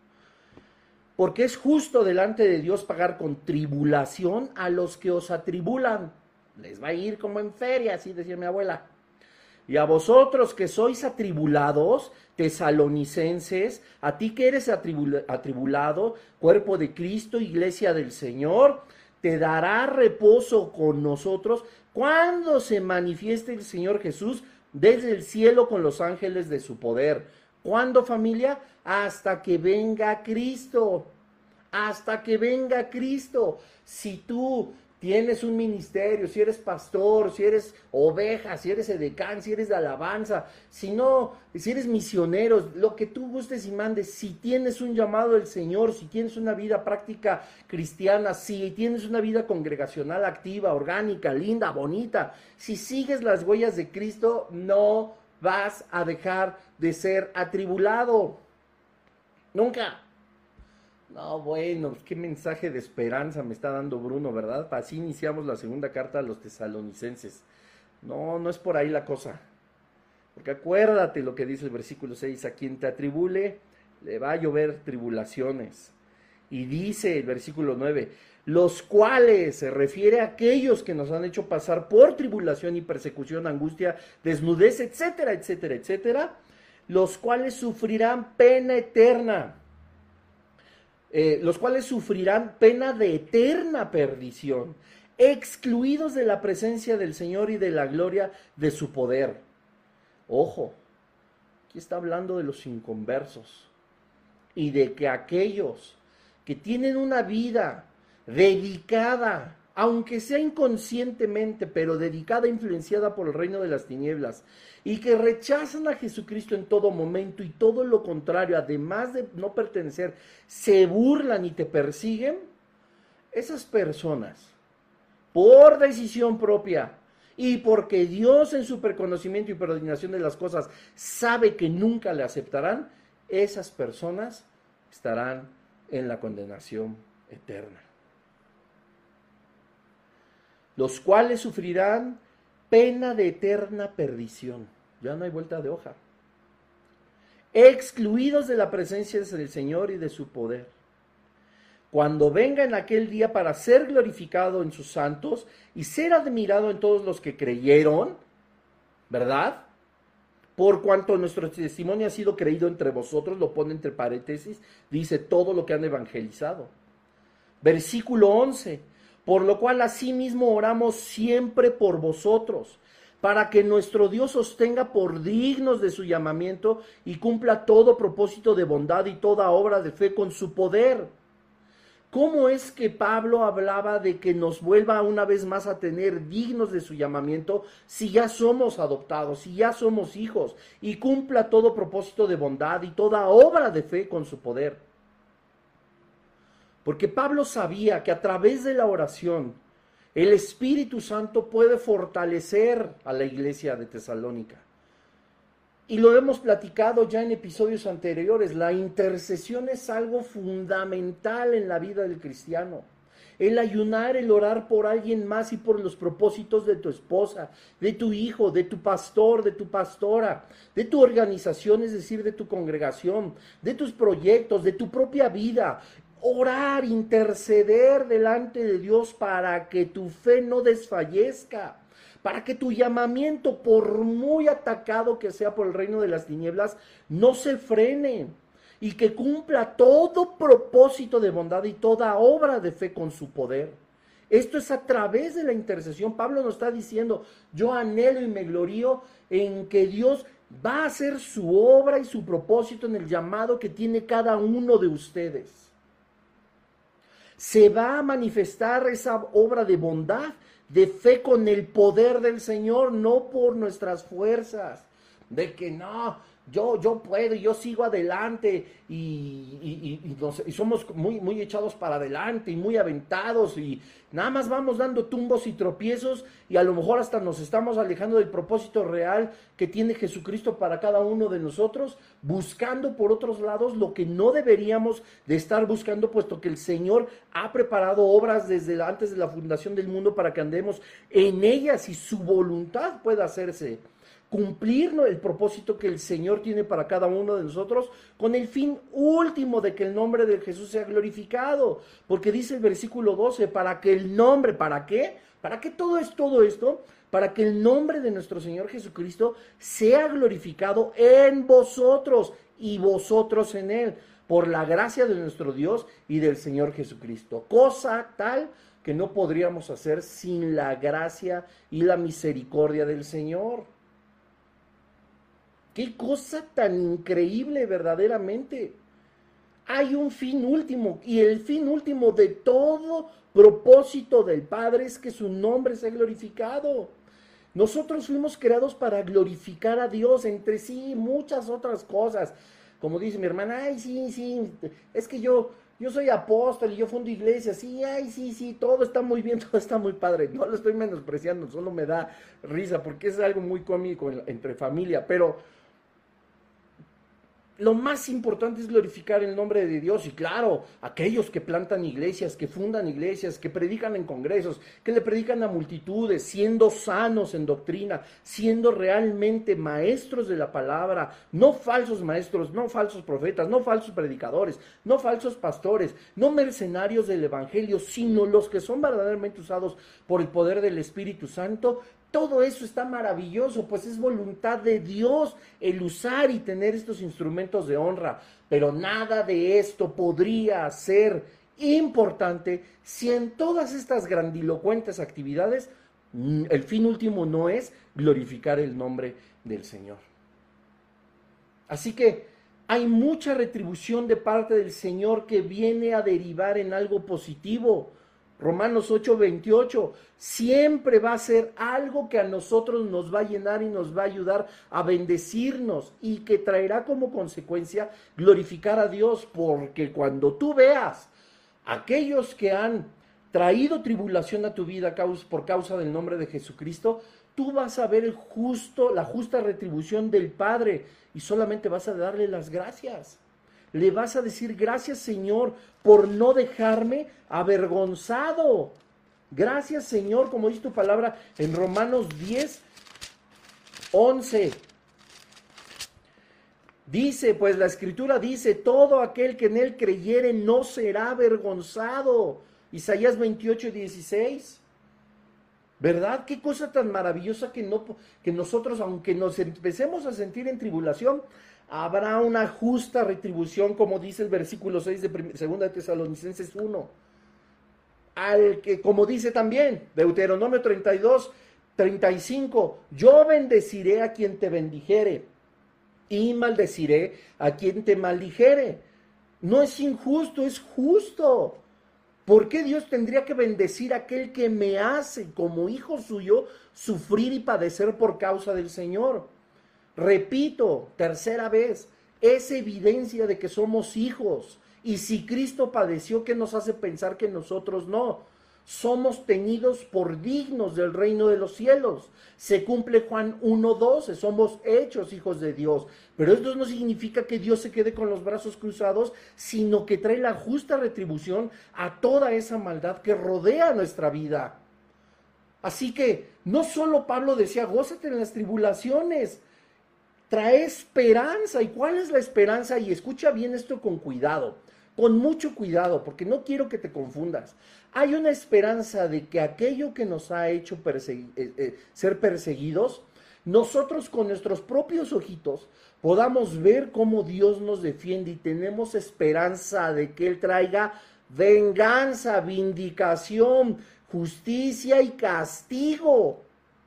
Porque es justo delante de Dios pagar con tribulación a los que os atribulan. Les va a ir como en feria, así decía mi abuela. Y a vosotros que sois atribulados, tesalonicenses, a ti que eres atribulado, cuerpo de Cristo, iglesia del Señor, te dará reposo con nosotros cuando se manifieste el Señor Jesús desde el cielo con los ángeles de su poder. ¿Cuándo, familia? Hasta que venga Cristo. Hasta que venga Cristo. Si tú tienes un ministerio, si eres pastor, si eres oveja, si eres edecán, si eres de alabanza, si eres misionero, lo que tú gustes y mandes, si tienes un llamado del Señor, si tienes una vida práctica cristiana, si tienes una vida congregacional activa, orgánica, linda, bonita, si sigues las huellas de Cristo, no vas a dejar de ser atribulado. Nunca. No, bueno, qué mensaje de esperanza me está dando Bruno, ¿verdad? Así iniciamos la segunda carta a los tesalonicenses. No es por ahí la cosa. Porque acuérdate lo que dice el versículo 6, a quien te atribule, le va a llover tribulaciones. Y dice el versículo 9, los cuales se refiere a aquellos que nos han hecho pasar por tribulación y persecución, angustia, desnudez, etcétera, etcétera, etcétera, los cuales sufrirán pena eterna. Los cuales sufrirán pena de eterna perdición, excluidos de la presencia del Señor y de la gloria de su poder. Ojo, aquí está hablando de los inconversos y de que aquellos que tienen una vida dedicada, aunque sea inconscientemente, pero dedicada, influenciada por el reino de las tinieblas, y que rechazan a Jesucristo en todo momento y todo lo contrario, además de no pertenecer, se burlan y te persiguen, esas personas, por decisión propia y porque Dios en su preconocimiento y preordinación de las cosas sabe que nunca le aceptarán, esas personas estarán en la condenación eterna, los cuales sufrirán pena de eterna perdición. Ya no hay vuelta de hoja. Excluidos de la presencia del Señor y de su poder, cuando venga en aquel día para ser glorificado en sus santos y ser admirado en todos los que creyeron, ¿verdad? Por cuanto nuestro testimonio ha sido creído entre vosotros, lo pone entre paréntesis, dice todo lo que han evangelizado. Versículo 11, por lo cual asimismo oramos siempre por vosotros, para que nuestro Dios os tenga por dignos de su llamamiento y cumpla todo propósito de bondad y toda obra de fe con su poder. ¿Cómo es que Pablo hablaba de que nos vuelva una vez más a tener dignos de su llamamiento si ya somos adoptados, si ya somos hijos, y cumpla todo propósito de bondad y toda obra de fe con su poder? Porque Pablo sabía que a través de la oración el Espíritu Santo puede fortalecer a la iglesia de Tesalónica. Y lo hemos platicado ya en episodios anteriores, la intercesión es algo fundamental en la vida del cristiano. El ayunar, el orar por alguien más y por los propósitos de tu esposa, de tu hijo, de tu pastor, de tu pastora, de tu organización, es decir, de tu congregación, de tus proyectos, de tu propia vida. Orar, interceder delante de Dios para que tu fe no desfallezca, para que tu llamamiento, por muy atacado que sea por el reino de las tinieblas, no se frene y que cumpla todo propósito de bondad y toda obra de fe con su poder. Esto es a través de la intercesión. Pablo nos está diciendo, yo anhelo y me glorío en que Dios va a hacer su obra y su propósito en el llamado que tiene cada uno de ustedes. Se va a manifestar esa obra de bondad, de fe con el poder del Señor, no por nuestras fuerzas, de que no, yo puedo, yo sigo adelante y somos muy echados para adelante y muy aventados y nada más vamos dando tumbos y tropiezos y a lo mejor hasta nos estamos alejando del propósito real que tiene Jesucristo para cada uno de nosotros, buscando por otros lados lo que no deberíamos de estar buscando, puesto que el Señor ha preparado obras desde antes de la fundación del mundo para que andemos en ellas y su voluntad pueda hacerse. Cumplir el propósito que el Señor tiene para cada uno de nosotros con el fin último de que el nombre de Jesús sea glorificado, porque dice el versículo 12, para que el nombre, ¿para qué? ¿Para qué todo esto? Para que el nombre de nuestro Señor Jesucristo sea glorificado en vosotros y vosotros en Él, por la gracia de nuestro Dios y del Señor Jesucristo, cosa tal que no podríamos hacer sin la gracia y la misericordia del Señor. ¡Qué cosa tan increíble verdaderamente! Hay un fin último, y el fin último de todo propósito del Padre es que su nombre sea glorificado. Nosotros fuimos creados para glorificar a Dios, entre sí muchas otras cosas. Como dice mi hermana, ay, sí, es que yo soy apóstol y yo fundo iglesias, sí, todo está muy bien, todo está muy padre. No lo estoy menospreciando, solo me da risa porque es algo muy cómico entre familia, pero lo más importante es glorificar el nombre de Dios. Y claro, aquellos que plantan iglesias, que fundan iglesias, que predican en congresos, que le predican a multitudes, siendo sanos en doctrina, siendo realmente maestros de la palabra, no falsos maestros, no falsos profetas, no falsos predicadores, no falsos pastores, no mercenarios del evangelio, sino los que son verdaderamente usados por el poder del Espíritu Santo. Todo eso está maravilloso, pues es voluntad de Dios el usar y tener estos instrumentos de honra, pero nada de esto podría ser importante si en todas estas grandilocuentes actividades el fin último no es glorificar el nombre del Señor. Así que hay mucha retribución de parte del Señor que viene a derivar en algo positivo. Romanos 8:28, siempre va a ser algo que a nosotros nos va a llenar y nos va a ayudar a bendecirnos y que traerá como consecuencia glorificar a Dios, porque cuando tú veas aquellos que han traído tribulación a tu vida por causa del nombre de Jesucristo, tú vas a ver la justa retribución del Padre y solamente vas a darle las gracias. le vas a decir, gracias Señor por no dejarme avergonzado. Gracias Señor, como dice tu palabra en Romanos 10:11. Dice, pues la Escritura dice, todo aquel que en él creyere no será avergonzado. Isaías 28:16. ¿Verdad? Qué cosa tan maravillosa que nosotros, aunque nos empecemos a sentir en tribulación, habrá una justa retribución, como dice el versículo 6 de 2 de Tesalonicenses 1. Al que, como dice también, Deuteronomio 32:35, yo bendeciré a quien te bendijere y maldeciré a quien te maldijere. No es injusto, es justo. ¿Por qué Dios tendría que bendecir a aquel que me hace como hijo suyo sufrir y padecer por causa del Señor? Repito, tercera vez, es evidencia de que somos hijos. Y si Cristo padeció, ¿qué nos hace pensar que nosotros no? Somos tenidos por dignos del reino de los cielos. Se cumple Juan 1:12, somos hechos hijos de Dios. Pero esto no significa que Dios se quede con los brazos cruzados, sino que trae la justa retribución a toda esa maldad que rodea nuestra vida. Así que no solo Pablo decía, gózate en las tribulaciones, trae esperanza. ¿Y cuál es la esperanza? Y escucha bien esto con cuidado, con mucho cuidado, porque no quiero que te confundas. Hay una esperanza de que aquello que nos ha hecho ser perseguidos, nosotros con nuestros propios ojitos podamos ver cómo Dios nos defiende y tenemos esperanza de que Él traiga venganza, vindicación, justicia y castigo,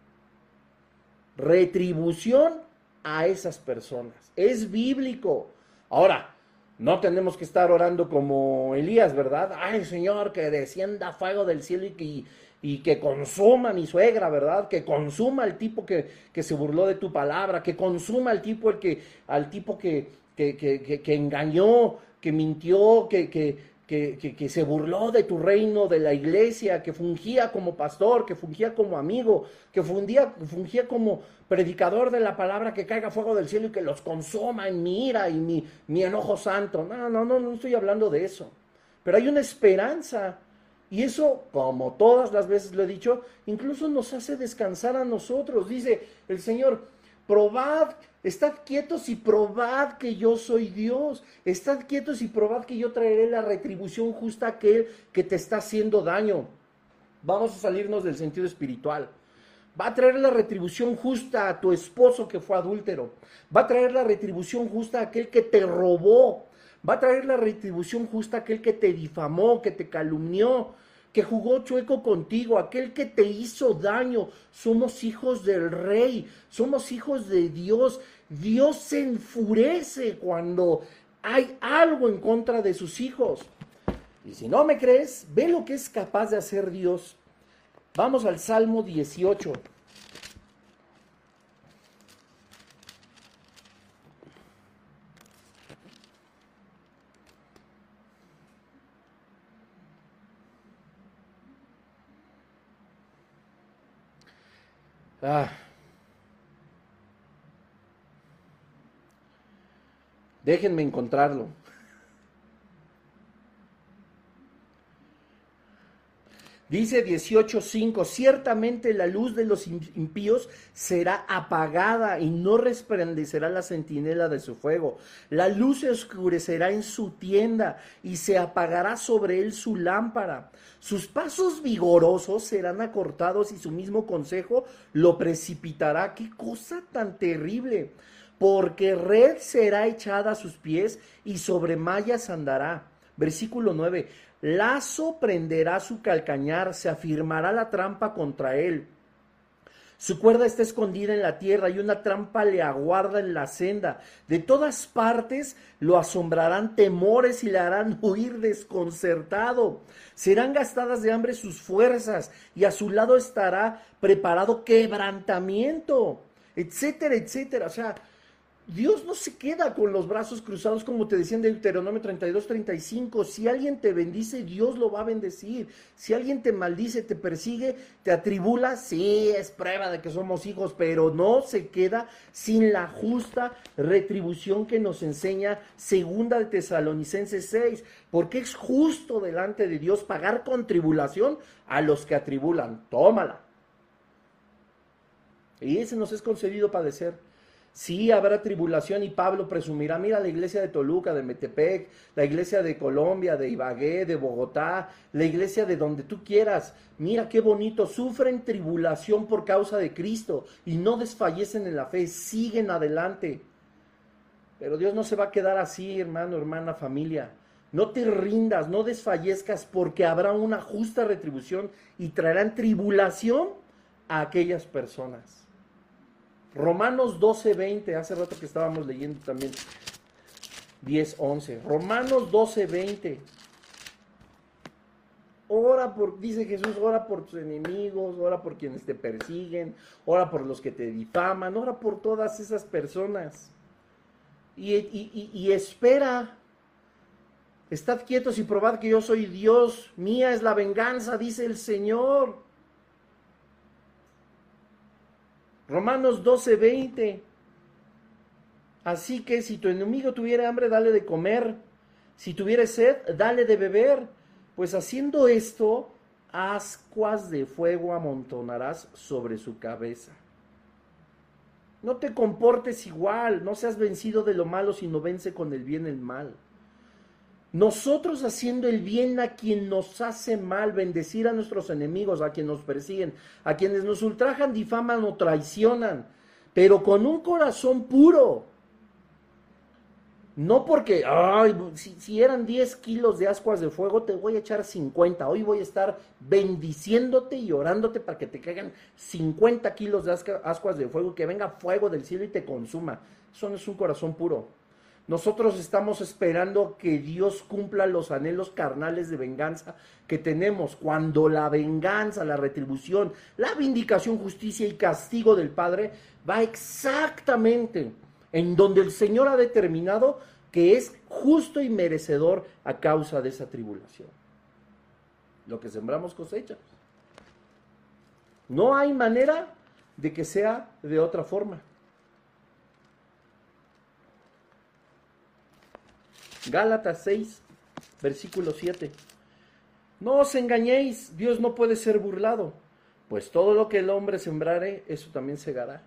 retribución a esas personas. Es bíblico. Ahora, no tenemos que estar orando como Elías, ¿verdad? Ay, Señor, que descienda fuego del cielo y que consuma a mi suegra, ¿verdad? Que consuma al tipo que se burló de tu palabra, que consuma al tipo que engañó, que mintió, que se burló de tu reino, de la iglesia, que fungía como pastor, que fungía como amigo, que fungía como predicador de la palabra, que caiga fuego del cielo y que los consuma en mi ira y mi enojo santo. No estoy hablando de eso. Pero hay una esperanza. Y eso, como todas las veces lo he dicho, incluso nos hace descansar a nosotros. Dice el Señor, probad, estad quietos y probad que yo soy Dios. Estad quietos y probad que yo traeré la retribución justa a aquel que te está haciendo daño. Vamos a salirnos del sentido espiritual. Va a traer la retribución justa a tu esposo que fue adúltero. Va a traer la retribución justa a aquel que te robó. Va a traer la retribución justa a aquel que te difamó, que te calumnió, que jugó chueco contigo, aquel que te hizo daño. Somos hijos del Rey, somos hijos de Dios. Dios se enfurece cuando hay algo en contra de sus hijos. Y si no me crees, ve lo que es capaz de hacer Dios. Vamos al Salmo 18. Déjenme encontrarlo. Dice 18:5, ciertamente la luz de los impíos será apagada y no resplandecerá la centinela de su fuego. La luz se oscurecerá en su tienda y se apagará sobre él su lámpara. Sus pasos vigorosos serán acortados y su mismo consejo lo precipitará. ¡Qué cosa tan terrible! Porque red será echada a sus pies y sobre mallas andará. Versículo 9. Lazo prenderá su calcañar, se afirmará la trampa contra él. Su cuerda está escondida en la tierra y una trampa le aguarda en la senda. De todas partes lo asombrarán temores y le harán huir desconcertado. Serán gastadas de hambre sus fuerzas y a su lado estará preparado quebrantamiento, etcétera, etcétera. O sea, Dios no se queda con los brazos cruzados como te decían de Deuteronomio 32-35. Si alguien te bendice, Dios lo va a bendecir. Si alguien te maldice, te persigue, te atribula, sí, es prueba de que somos hijos, pero no se queda sin la justa retribución que nos enseña Segunda de Tesalonicenses 6. Porque es justo delante de Dios pagar con tribulación a los que atribulan. Tómala. Y ese nos es concedido padecer. Sí, habrá tribulación y Pablo presumirá, mira la iglesia de Toluca, de Metepec, la iglesia de Colombia, de Ibagué, de Bogotá, la iglesia de donde tú quieras. Mira qué bonito, sufren tribulación por causa de Cristo y no desfallecen en la fe, siguen adelante. Pero Dios no se va a quedar así, hermano, hermana, familia. No te rindas, no desfallezcas, porque habrá una justa retribución y traerán tribulación a aquellas personas. Romanos 12:20, hace rato que estábamos leyendo también 10:11. Romanos 12:20. Ora por, dice Jesús, ora por tus enemigos, ora por quienes te persiguen, ora por los que te difaman, ora por todas esas personas. Y espera, estad quietos y probad que yo soy Dios, mía es la venganza, dice el Señor. Romanos 12:20. Así que si tu enemigo tuviera hambre, dale de comer. Si tuviera sed, dale de beber. Pues haciendo esto, ascuas de fuego amontonarás sobre su cabeza. No te comportes igual, no seas vencido de lo malo, sino vence con el bien el mal. Nosotros haciendo el bien a quien nos hace mal, bendecir a nuestros enemigos, a quienes nos persiguen, a quienes nos ultrajan, difaman o traicionan, pero con un corazón puro. No porque, ay, si eran 10 kilos de ascuas de fuego, te voy a echar 50. Hoy voy a estar bendiciéndote y orándote para que te caigan 50 kilos de ascuas de fuego, que venga fuego del cielo y te consuma. Eso no es un corazón puro. Nosotros estamos esperando que Dios cumpla los anhelos carnales de venganza que tenemos, cuando la venganza, la retribución, la vindicación, justicia y castigo del Padre va exactamente en donde el Señor ha determinado que es justo y merecedor a causa de esa tribulación. Lo que sembramos cosechamos. No hay manera de que sea de otra forma. Gálatas 6, versículo 7. No os engañéis, Dios no puede ser burlado, pues todo lo que el hombre sembrare, eso también segará.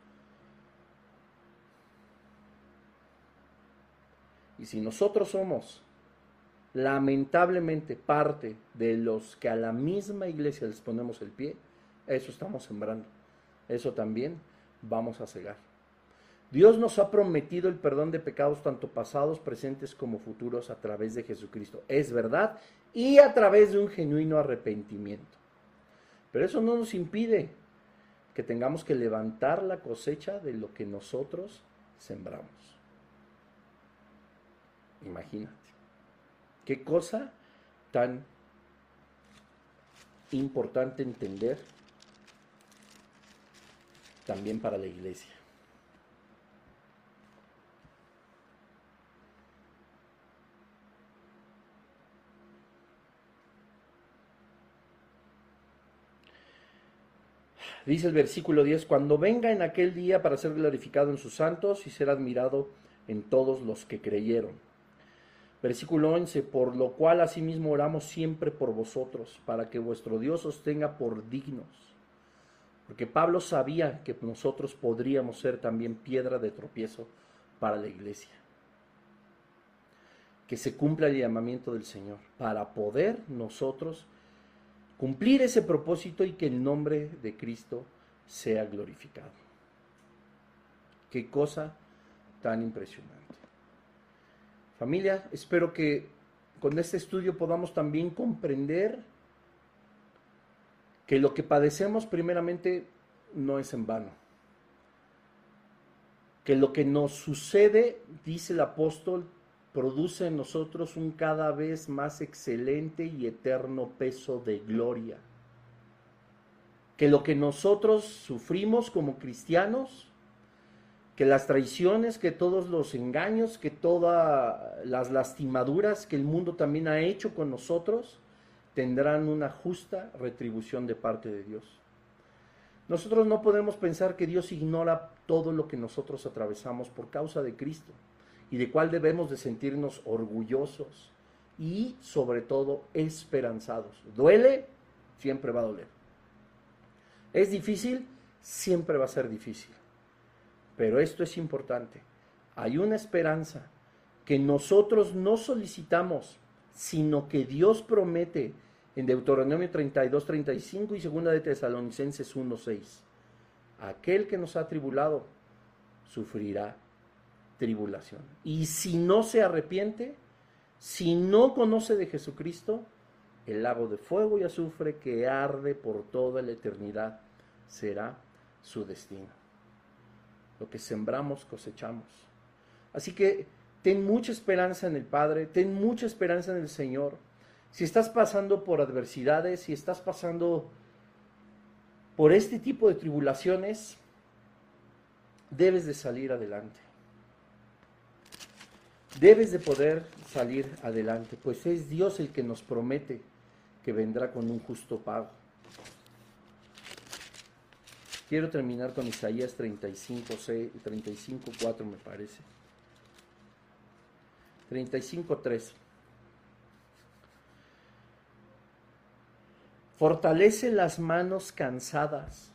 Y si nosotros somos, lamentablemente, parte de los que a la misma iglesia les ponemos el pie, eso estamos sembrando, eso también vamos a cegar. Dios nos ha prometido el perdón de pecados tanto pasados, presentes como futuros a través de Jesucristo. Es verdad, y a través de un genuino arrepentimiento. Pero eso no nos impide que tengamos que levantar la cosecha de lo que nosotros sembramos. Imagínate. Qué cosa tan importante entender también para la iglesia. Dice el versículo 10, cuando venga en aquel día para ser glorificado en sus santos y ser admirado en todos los que creyeron. Versículo 11, por lo cual asimismo oramos siempre por vosotros, para que vuestro Dios os tenga por dignos. Porque Pablo sabía que nosotros podríamos ser también piedra de tropiezo para la iglesia. Que se cumpla el llamamiento del Señor, para poder nosotros cumplir ese propósito y que el nombre de Cristo sea glorificado. Qué cosa tan impresionante. Familia, espero que con este estudio podamos también comprender que lo que padecemos primeramente no es en vano. Que lo que nos sucede, dice el apóstol, produce en nosotros un cada vez más excelente y eterno peso de gloria. Que lo que nosotros sufrimos como cristianos, que las traiciones, que todos los engaños, que todas las lastimaduras que el mundo también ha hecho con nosotros, tendrán una justa retribución de parte de Dios. Nosotros no podemos pensar que Dios ignora todo lo que nosotros atravesamos por causa de Cristo y de cuál debemos de sentirnos orgullosos y sobre todo esperanzados. ¿Duele? Siempre va a doler. ¿Es difícil? Siempre va a ser difícil. Pero esto es importante. Hay una esperanza que nosotros no solicitamos, sino que Dios promete en Deuteronomio 32, 35 y 2 de Tesalonicenses 1, 6. Aquel que nos ha tribulado sufrirá tribulación. Y si no se arrepiente, si no conoce de Jesucristo, el lago de fuego y azufre que arde por toda la eternidad será su destino. Lo que sembramos, cosechamos. Así que ten mucha esperanza en el Padre, ten mucha esperanza en el Señor. Si estás pasando por adversidades, si estás pasando por este tipo de tribulaciones, debes de salir adelante. Debes de poder salir adelante, pues es Dios el que nos promete que vendrá con un justo pago. Quiero terminar con Isaías 35:4 me parece. 35:3. Fortalece las manos cansadas,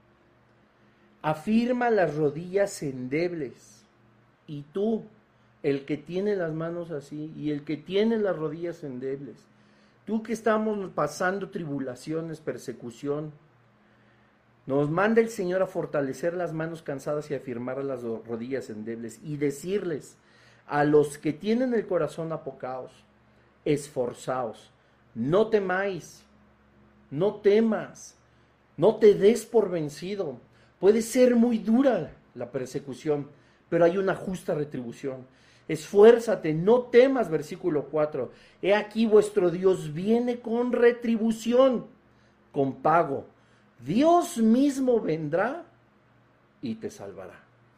afirma las rodillas endebles. Y tú, el que tiene las manos así y el que tiene las rodillas endebles, tú que estamos pasando tribulaciones, persecución, nos manda el Señor a fortalecer las manos cansadas y a afirmar las rodillas endebles y decirles a los que tienen el corazón apocaos, esforzaos, no temáis, no temas, no te des por vencido. Puede ser muy dura la persecución, pero hay una justa retribución. Esfuérzate, no temas, versículo 4. He aquí vuestro Dios viene con retribución, con pago. Dios mismo vendrá y te salvará.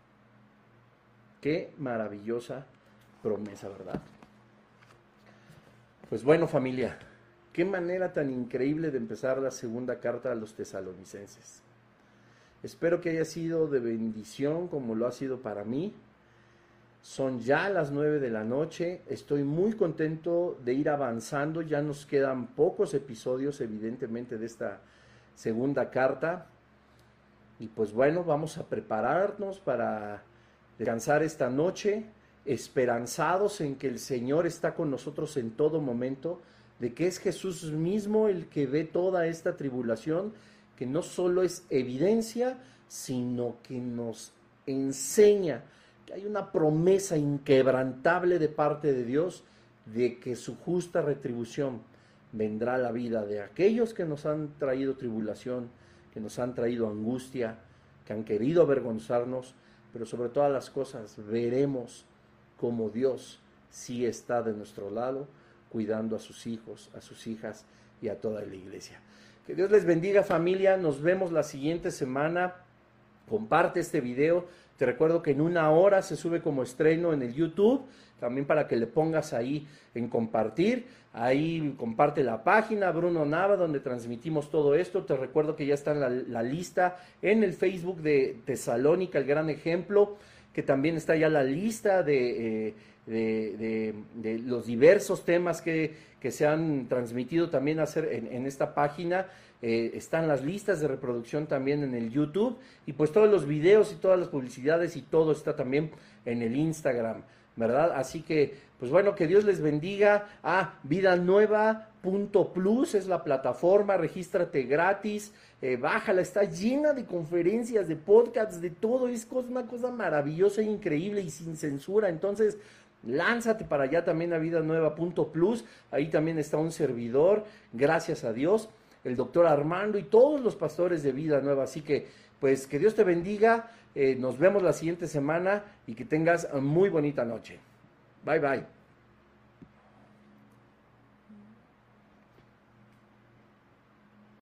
Qué maravillosa promesa, ¿verdad? Pues bueno, familia, qué manera tan increíble de empezar la segunda carta a los tesalonicenses. Espero que haya sido de bendición como lo ha sido para mí. Son ya las 9 de la noche, estoy muy contento de ir avanzando, ya nos quedan pocos episodios evidentemente de esta segunda carta. Y pues bueno, vamos a prepararnos para descansar esta noche, esperanzados en que el Señor está con nosotros en todo momento, de que es Jesús mismo el que ve toda esta tribulación, que no solo es evidencia, sino que nos enseña que hay una promesa inquebrantable de parte de Dios de que su justa retribución vendrá a la vida de aquellos que nos han traído tribulación, que nos han traído angustia, que han querido avergonzarnos, pero sobre todas las cosas veremos cómo Dios sí está de nuestro lado, cuidando a sus hijos, a sus hijas y a toda la iglesia. Que Dios les bendiga, familia, nos vemos la siguiente semana. Comparte este video, te recuerdo que en 1 hora se sube como estreno en el YouTube, también para que le pongas ahí en compartir, ahí comparte la página Bruno Nava donde transmitimos todo esto. Te recuerdo que ya está en la lista en el Facebook de Tesalónica, el gran ejemplo, que también está ya la lista de los diversos temas que se han transmitido también en esta página. Están las listas de reproducción también en el YouTube, y pues todos los videos y todas las publicidades y todo está también en el Instagram, ¿verdad? Así que, pues bueno, que Dios les bendiga. Vidanueva.plus es la plataforma, regístrate gratis, bájala, está llena de conferencias, de podcasts, de todo, es una cosa maravillosa e increíble y sin censura. Entonces, lánzate para allá también a vidanueva.plus, ahí también está un servidor, gracias a Dios, el doctor Armando y todos los pastores de Vida Nueva. Así que, pues, que Dios te bendiga, nos vemos la siguiente semana y que tengas muy bonita noche. Bye, bye.